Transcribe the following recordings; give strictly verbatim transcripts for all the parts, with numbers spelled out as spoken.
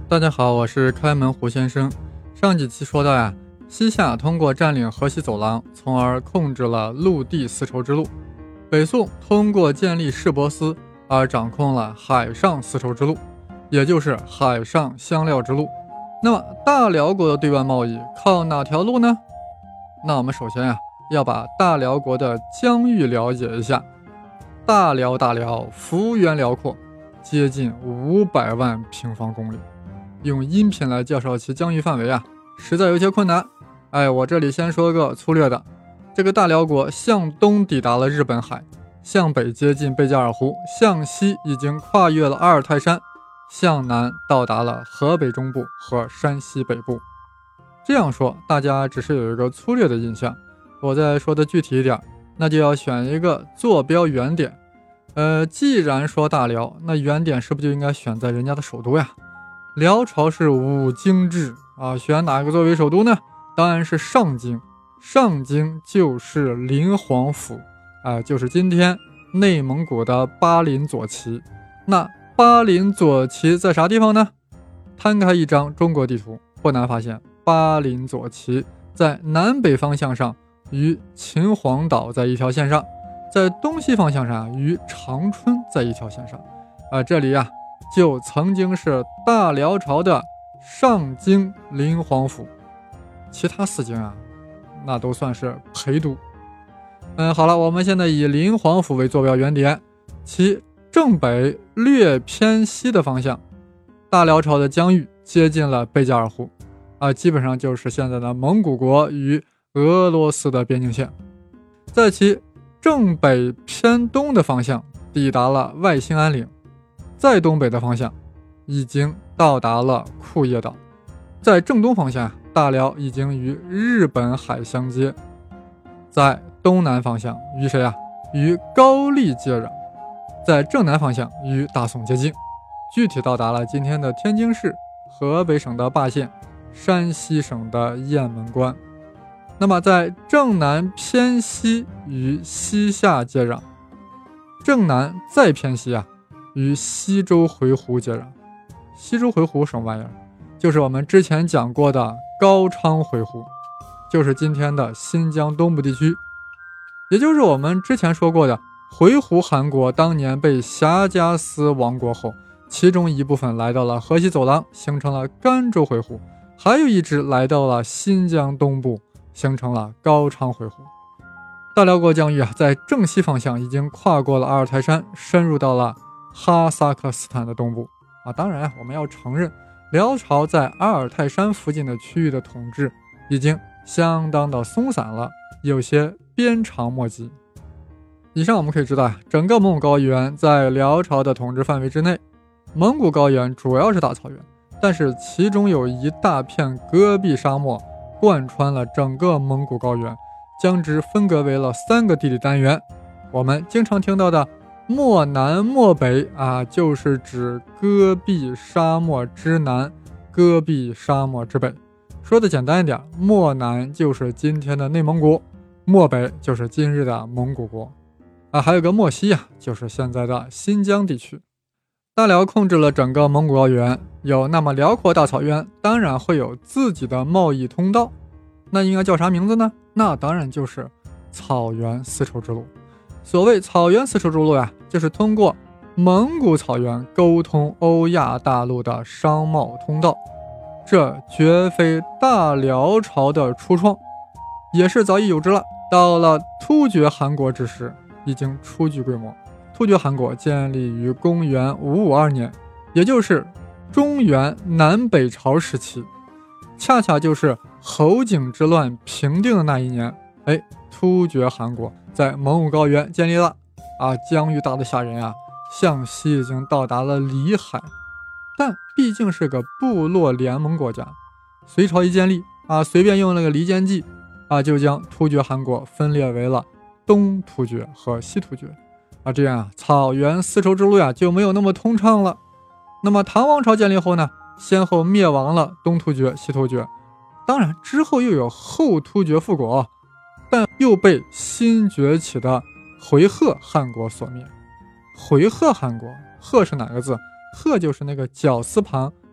大家好，我是开门胡先生。上几期说到呀，西夏通过占领河西走廊，从而控制了陆地丝绸之路；北宋通过建立市舶司而掌控了海上丝绸之路，也就是海上香料之路。那么大辽国的对外贸易靠哪条路呢？那我们首先呀，要把大辽国的疆域了解一下。大辽大辽幅员辽阔，接近五百万平方公里。用音频来介绍其疆域范围啊，实在有些困难。哎，我这里先说个粗略的。这个大辽国向东抵达了日本海，向北接近贝加尔湖，向西已经跨越了阿尔泰山，向南到达了河北中部和山西北部。这样说大家只是有一个粗略的印象，我再说的具体一点，那就要选一个坐标原点。呃，既然说大辽，那原点是不是就应该选在人家的首都呀？辽朝是五京制啊，选哪个作为首都呢？当然是上京。上京就是临皇府啊，就是今天内蒙古的巴林左旗。那巴林左旗在啥地方呢？摊开一张中国地图，不难发现，巴林左旗在南北方向上与秦皇岛在一条线上，在东西方向上与长春在一条线上啊，这里啊就曾经是大辽朝的上京临皇府，其他四京啊，那都算是陪都。嗯，好了，我们现在以临皇府为坐标原点，其正北略偏西的方向，大辽朝的疆域接近了贝加尔湖啊，基本上就是现在的蒙古国与俄罗斯的边境线。在其正北偏东的方向抵达了外兴安岭，在东北的方向已经到达了库页岛，在正东方向大辽已经与日本海相接，在东南方向与谁啊？与高丽接壤，在正南方向与大宋接近，具体到达了今天的天津市、河北省的霸县、山西省的雁门关。那么在正南偏西与西夏接壤，正南再偏西啊，与西周回鹘接壤。西周回鹘什么玩意儿？就是我们之前讲过的高昌回鹘，就是今天的新疆东部地区，也就是我们之前说过的回鹘汗国当年被霞迦思亡国后，其中一部分来到了河西走廊，形成了甘州回鹘，还有一支来到了新疆东部，形成了高昌回鹘。大辽国疆域啊，在正西方向已经跨过了阿尔泰山，深入到了哈萨克斯坦的东部啊。当然我们要承认，辽朝在阿尔泰山附近的区域的统治已经相当的松散了，有些鞭长莫及。以上我们可以知道，整个蒙古高原在辽朝的统治范围之内。蒙古高原主要是大草原，但是其中有一大片戈壁沙漠贯穿了整个蒙古高原，将之分割为了三个地理单元。我们经常听到的漠南漠北啊，就是指戈壁沙漠之南，戈壁沙漠之北。说的简单一点，漠南就是今天的内蒙古，漠北就是今日的蒙古国啊，还有个漠西啊，就是现在的新疆地区。大辽控制了整个蒙古高原，有那么辽阔大草原，当然会有自己的贸易通道，那应该叫啥名字呢？那当然就是草原丝绸之路。所谓草原丝绸之路呀，就是通过蒙古草原沟通欧亚大陆的商贸通道。这绝非大辽朝的初创，也是早已有之了。到了突厥汗国之时，已经初具规模。突厥汗国建立于公元五五二年，也就是中原南北朝时期，恰恰就是侯景之乱平定的那一年。哎，突厥汗国在蒙古高原建立了啊，疆域大的吓人啊，向西已经到达了里海，但毕竟是个部落联盟国家。隋朝一建立啊，随便用了个离间计啊，就将突厥汗国分裂为了东突厥和西突厥啊，这样啊，草原丝绸之路呀就没有那么通畅了。那么唐王朝建立后呢，先后灭亡了东突厥、西突厥，当然之后又有后突厥复国，但又被新崛起的回纥汗国所灭。回纥汗国，纥是哪个字？纥就是那个绞丝旁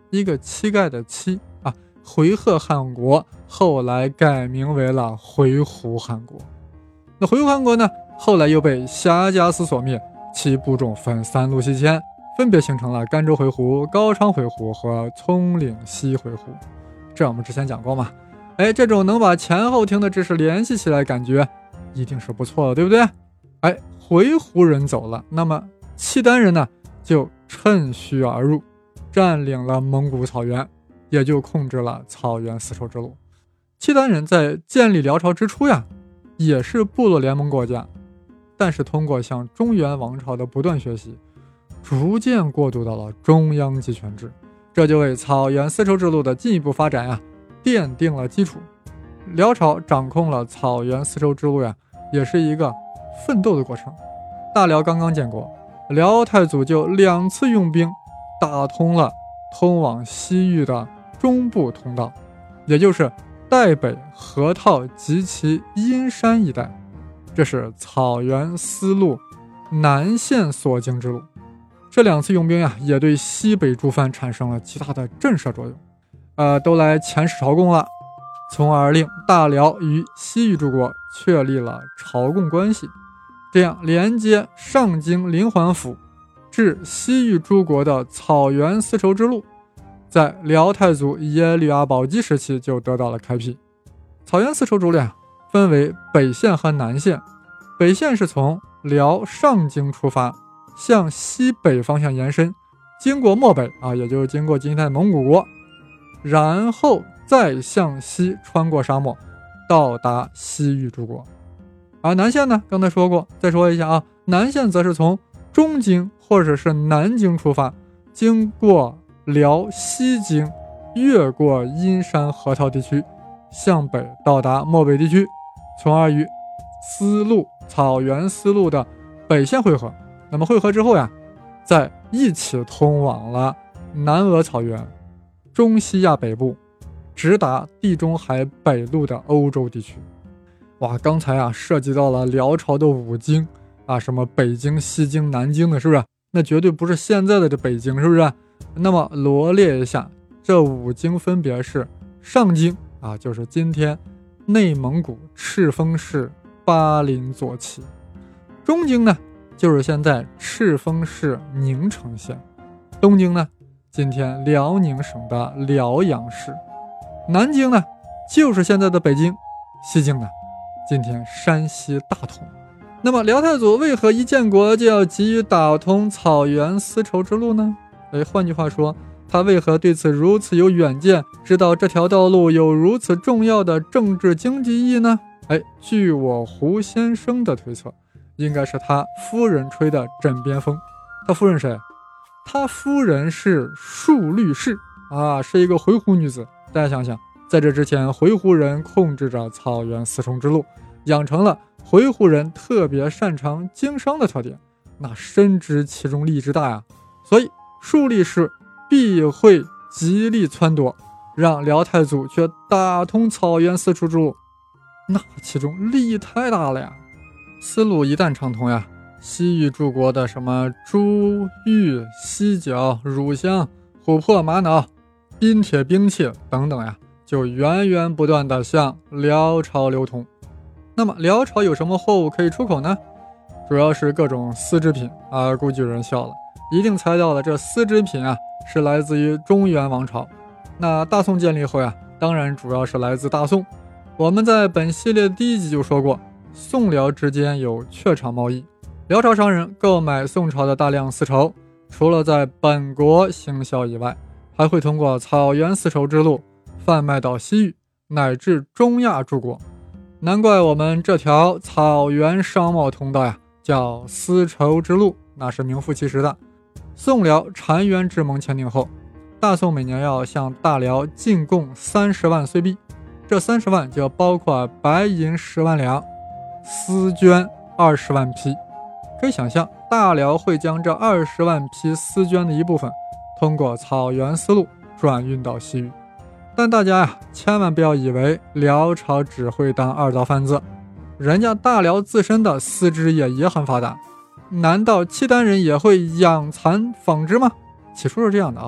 一个乞丐的乞啊，回纥汗国后来改名为了回鹘汗国。那回鹘汗国呢，后来又被夏家斯所灭，其部众分三路西迁，分别形成了甘州回鹘、高昌回鹘和葱岭西回鹘。这我们之前讲过嘛。哎，这种能把前后庭的知识联系起来，感觉一定是不错的，对不对？哎，回鹘人走了，那么契丹人呢就趁虚而入，占领了蒙古草原，也就控制了草原丝绸之路。契丹人在建立辽朝之初呀，也是部落联盟国家，但是通过向中原王朝的不断学习，逐渐过渡到了中央集权制，这就为草原丝绸之路的进一步发展呀奠定了基础。辽朝掌控了草原丝绸之路呀，也是一个奋斗的过程。大辽刚刚建国，辽太祖就两次用兵打通了通往西域的中部通道，也就是代北、河套及其阴山一带，这是草原丝路南线所经之路。这两次用兵呀，也对西北诸藩产生了极大的震慑作用，呃，都来遣使朝贡了，从而令大辽与西域诸国确立了朝贡关系，这样连接上京临淮府至西域诸国的草原丝绸之路，在辽太祖耶律阿保机时期就得到了开辟。草原丝绸之路呀，分为北线和南线，北线是从辽上京出发，向西北方向延伸，经过漠北啊，也就是经过今天的蒙古国，然后再向西穿过沙漠，到达西域诸国。而南线呢，刚才说过，再说一下啊，南线则是从中京或者是南京出发，经过辽西京，越过阴山河套地区，向北到达漠北地区，从而与丝路草原丝路的北线汇合。那么汇合之后呀，再一起通往了南俄草原、中西亚北部，直达地中海北路的欧洲地区。哇，刚才啊涉及到了辽朝的五京啊，什么北京、西京、南京的，是不是？那绝对不是现在的这北京，是不是？那么罗列一下，这五京分别是上京啊，就是今天内蒙古赤峰市巴林左旗；中京呢，就是现在赤峰市宁城县；东京呢，今天辽宁省的辽阳市；南京呢，就是现在的北京；西京呢，今天山西大同。那么辽太祖为何一建国就要急于打通草原丝绸之路呢？哎，换句话说，他为何对此如此有远见，知道这条道路有如此重要的政治经济意义呢？哎，据我胡先生的推测，应该是他夫人吹的枕边风。他夫人谁？他夫人是束律氏啊，是一个回鹘女子。大家想想，在这之前，回鹘人控制着草原丝绸之路，养成了回鹘人特别擅长经商的特点，那深知其中利益之大呀。所以束律氏必会极力撺掇，让辽太祖去打通草原丝绸之路，那其中利益太大了呀。丝路一旦畅通呀，西域诸国的什么珠玉、犀角、乳香、琥珀、玛瑙、冰铁、兵器等等呀，就源源不断地向辽朝流通。那么辽朝有什么货物可以出口呢？主要是各种丝织品啊。估计有人笑了，一定猜到了，这丝织品啊是来自于中原王朝。那大宋建立后呀，当然主要是来自大宋。我们在本系列的第一集就说过，宋辽之间有榷场贸易，辽朝商人购买宋朝的大量丝绸，除了在本国行销以外，还会通过草原丝绸之路贩卖到西域乃至中亚诸国。难怪我们这条草原商贸通道呀叫丝绸之路，那是名副其实的。宋辽澶渊之盟签订后，大宋每年要向大辽进贡三十万岁币，这三十万就包括白银十万两，丝绢二十万匹。可以想象，大辽会将这二十万匹丝绢的一部分通过草原丝路转运到西域。但大家呀，千万不要以为辽朝只会当二道贩子，人家大辽自身的丝织业也很发达。难道契丹人也会养蚕纺织吗？起初是这样的啊，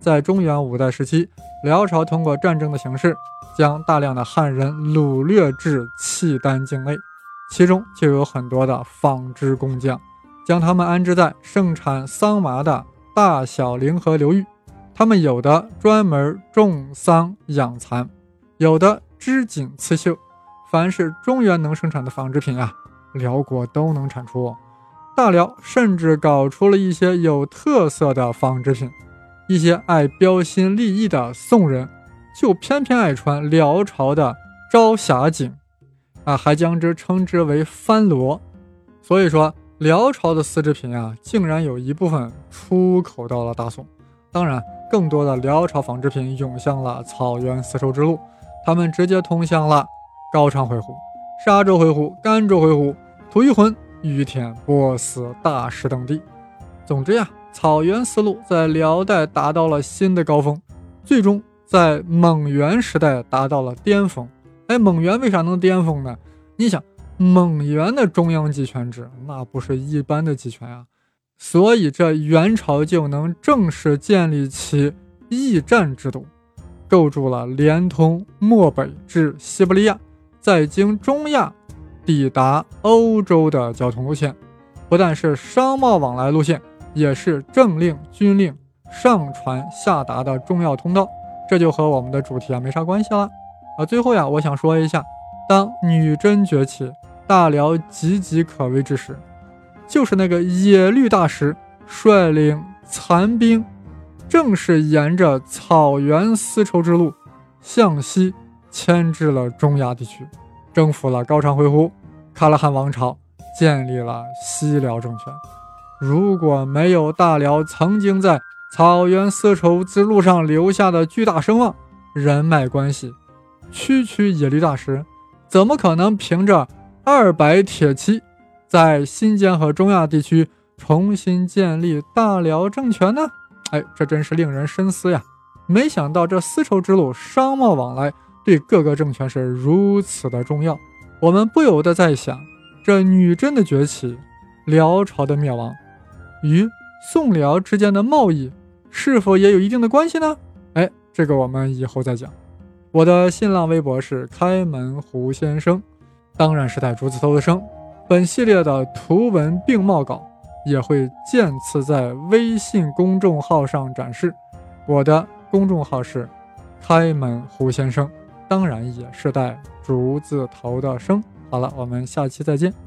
在中原五代时期，辽朝通过战争的形式，将大量的汉人掳掠至契丹境内，其中就有很多的纺织工匠，将他们安置在盛产桑麻的大小凌河流域。他们有的专门种桑养蚕，有的织锦刺绣，凡是中原能生产的纺织品啊，辽国都能产出。大辽甚至搞出了一些有特色的纺织品，一些爱标新立异的宋人就偏偏爱穿辽朝的朝霞锦啊，还将之称之为番罗。所以说辽朝的丝织品啊，竟然有一部分出口到了大宋。当然更多的辽朝纺织品涌向了草原丝绸之路，他们直接通向了高昌回鹘、沙州回鹘、甘州回鹘、吐谷浑、于田、波斯、大石等地。总之呀，草原丝路在辽代达到了新的高峰，最终在蒙元时代达到了巅峰。哎，蒙元为啥能巅峰呢？你想，蒙元的中央集权制那不是一般的集权啊，所以这元朝就能正式建立起驿站制度，构筑了连通漠北至西伯利亚，再经中亚抵达欧洲的交通路线，不但是商贸往来路线，也是政令军令上传下达的重要通道。这就和我们的主题啊没啥关系了啊。最后呀，我想说一下，当女真崛起，大辽岌岌可危之时，就是那个耶律大石率领残兵，正是沿着草原丝绸之路向西牵制了中亚地区，征服了高昌回鹘，喀拉汗王朝，建立了西辽政权。如果没有大辽曾经在草原丝绸之路上留下的巨大声望、人脉关系，区区耶律大石怎么可能凭着二百铁骑在新疆和中亚地区重新建立大辽政权呢？哎，这真是令人深思呀！没想到这丝绸之路商贸往来对各个政权是如此的重要。我们不由得在想，这女真的崛起，辽朝的灭亡，与宋辽之间的贸易是否也有一定的关系呢？哎，这个我们以后再讲。我的新浪微博是开门胡先生，当然是带竹字头的生。本系列的图文并茂稿也会渐次在微信公众号上展示。我的公众号是开门胡先生，当然也是带竹字头的生。好了，我们下期再见。